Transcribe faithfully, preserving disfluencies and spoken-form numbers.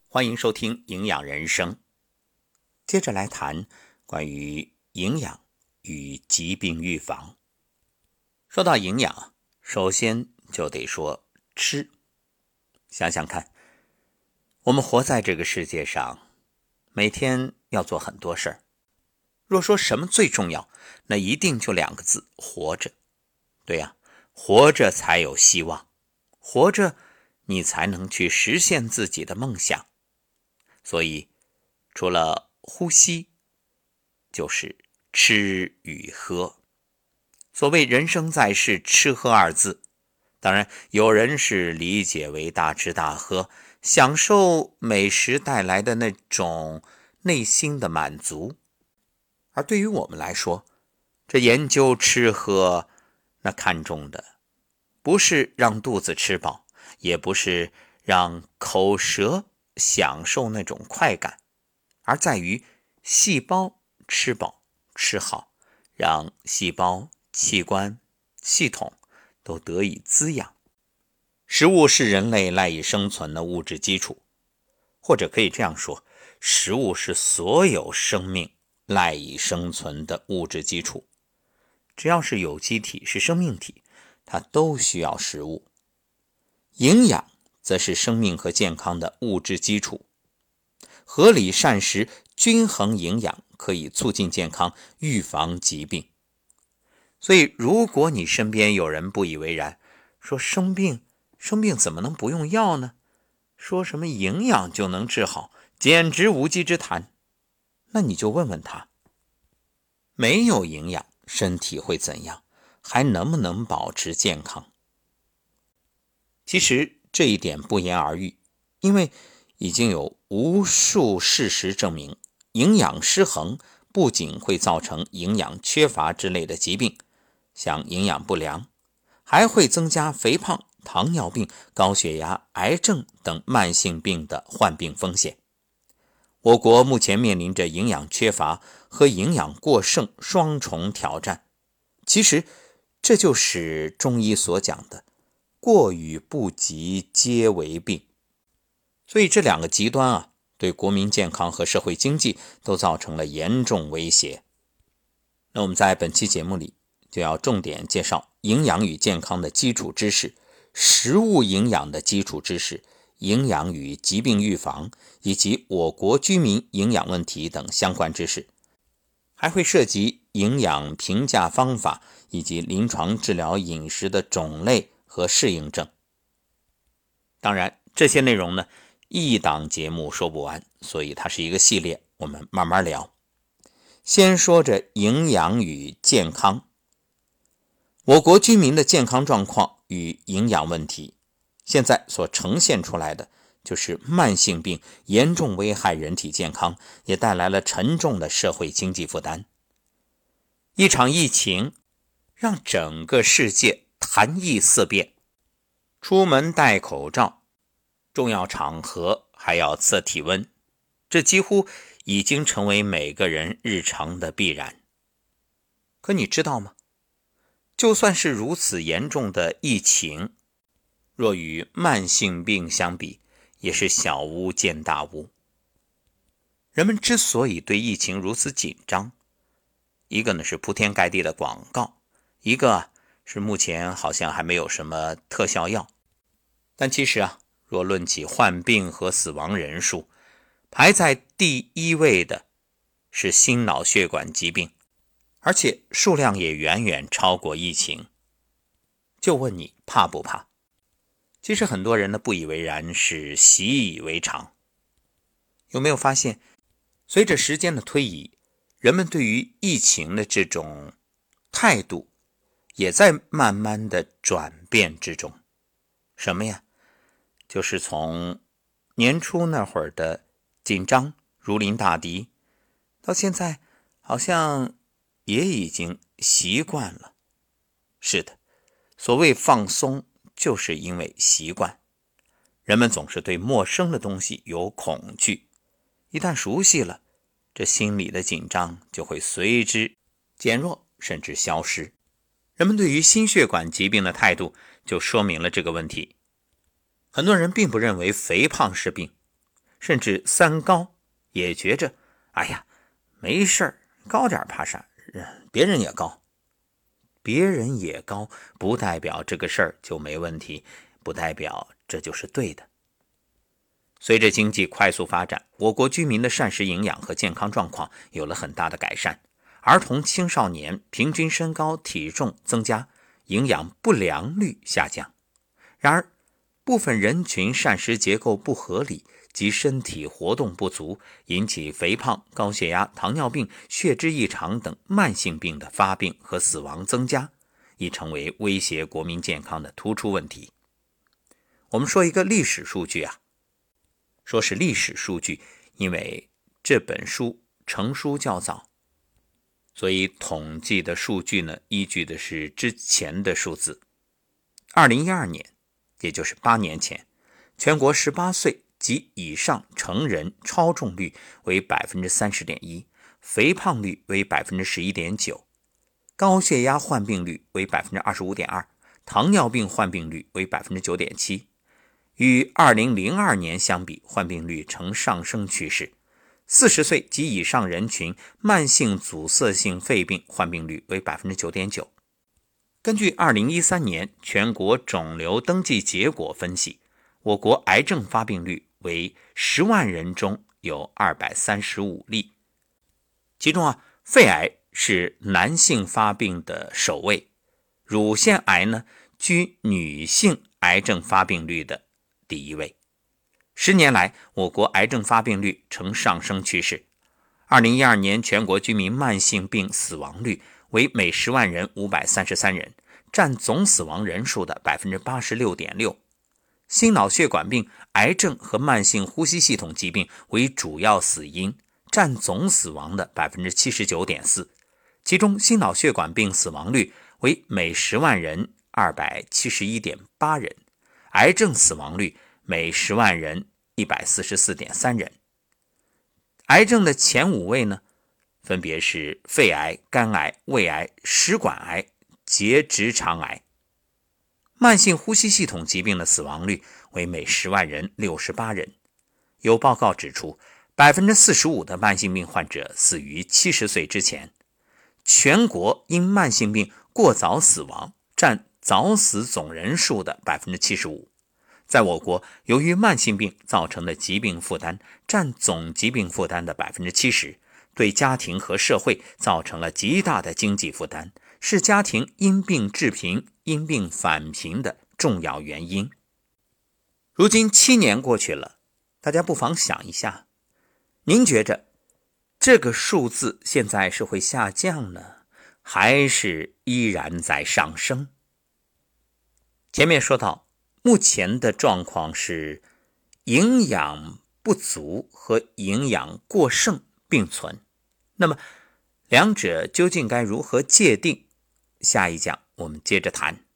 欢迎收听营养人生。接着来谈关于营养与疾病预防。说到营养，首先就得说吃。想想看，我们活在这个世界上，每天要做很多事儿。若说什么最重要，那一定就两个字：活着。对呀，活着才有希望，活着你才能去实现自己的梦想。所以除了呼吸，就是吃与喝。所谓人生在世，吃喝二字，当然有人是理解为大吃大喝，享受美食带来的那种内心的满足。而对于我们来说，这研究吃喝，那看重的不是让肚子吃饱，也不是让口舌享受那种快感，而在于细胞吃饱吃好，让细胞、器官、系统都得以滋养。食物是人类赖以生存的物质基础，或者可以这样说，食物是所有生命赖以生存的物质基础。只要是有机体，是生命体，它都需要食物。营养则是生命和健康的物质基础。合理膳食、均衡营养可以促进健康，预防疾病。所以如果你身边有人不以为然，说生病生病怎么能不用药呢？说什么营养就能治好，简直无稽之谈。那你就问问他，没有营养身体会怎样？还能不能保持健康？其实这一点不言而喻，因为已经有无数事实证明，营养失衡不仅会造成营养缺乏之类的疾病，像营养不良，还会增加肥胖、糖尿病、高血压、癌症等慢性病的患病风险。我国目前面临着营养缺乏和营养过剩双重挑战。其实这就是中医所讲的过与不及皆为病。所以这两个极端啊，对国民健康和社会经济都造成了严重威胁。那我们在本期节目里就要重点介绍营养与健康的基础知识，食物营养的基础知识，营养与疾病预防，以及我国居民营养问题等相关知识。还会涉及营养评价方法以及临床治疗饮食的种类和适应症。当然这些内容呢，一档节目说不完，所以它是一个系列，我们慢慢聊。先说着营养与健康。我国居民的健康状况与营养问题，现在所呈现出来的就是慢性病严重危害人体健康，也带来了沉重的社会经济负担。一场疫情让整个世界谈疫色变，出门戴口罩，重要场合还要测体温，这几乎已经成为每个人日常的必然。可你知道吗？就算是如此严重的疫情，若与慢性病相比，也是小巫见大巫。人们之所以对疫情如此紧张，一个呢是铺天盖地的广告，一个是目前好像还没有什么特效药。但其实啊，若论起患病和死亡人数，排在第一位的是心脑血管疾病，而且数量也远远超过疫情。就问你怕不怕？其实很多人的不以为然是习以为常。有没有发现，随着时间的推移，人们对于疫情的这种态度也在慢慢的转变之中。什么呀？就是从年初那会儿的紧张如临大敌，到现在好像也已经习惯了。是的，所谓放松，就是因为习惯。人们总是对陌生的东西有恐惧，一旦熟悉了，这心里的紧张就会随之减弱，甚至消失。人们对于心血管疾病的态度就说明了这个问题。很多人并不认为肥胖是病， 甚至三高也觉着哎呀没事儿，高点怕啥，别人也高。别人也高不代表这个事儿就没问题，不代表这就是对的。随着经济快速发展，我国居民的膳食营养和健康状况有了很大的改善，儿童青少年平均身高体重增加，营养不良率下降。然而部分人群膳食结构不合理及身体活动不足，引起肥胖、高血压、糖尿病、血脂异常等慢性病的发病和死亡增加，已成为威胁国民健康的突出问题。我们说一个历史数据啊，说是历史数据，因为这本书成书较早，所以统计的数据呢，依据的是之前的数字。二零一二年，也就是八年前，全国十八岁及以上成人超重率为 百分之三十点一， 肥胖率为 百分之十一点九， 高血压患病率为 百分之二十五点二， 糖尿病患病率为 百分之九点七。 与二零零二年相比，患病率呈上升趋势。四十岁及以上人群慢性阻塞性肺病患病率为 百分之九点九。 根据二零一三年全国肿瘤登记结果分析，我国癌症发病率为十万人中有二百三十五例，其中啊，肺癌是男性发病的首位，乳腺癌呢居女性癌症发病率的第一位。十年来，我国癌症发病率呈上升趋势。二零一二年全国居民慢性病死亡率为每十万人五百三十三人，占总死亡人数的 百分之八十六点六。 心脑血管病、癌症和慢性呼吸系统疾病为主要死因，占总死亡的 百分之七十九点四。 其中心脑血管病死亡率为每十万人二百七十一点八人，癌症死亡率每十万人一百四十四点三人。癌症的前五位呢，分别是肺癌、肝癌、胃癌、食管癌、结直肠癌。慢性呼吸系统疾病的死亡率为每十万人六十八人。有报告指出， 百分之四十五 的慢性病患者死于七十岁之前。全国因慢性病过早死亡占早死总人数的 百分之七十五。在我国，由于慢性病造成的疾病负担占总疾病负担的 百分之七十， 对家庭和社会造成了极大的经济负担，是家庭因病致贫、因病返贫的重要原因。如今七年过去了，大家不妨想一下，您觉着这个数字现在是会下降呢，还是依然在上升？前面说到，目前的状况是营养不足和营养过剩并存，那么两者究竟该如何界定？下一讲我们接着谈。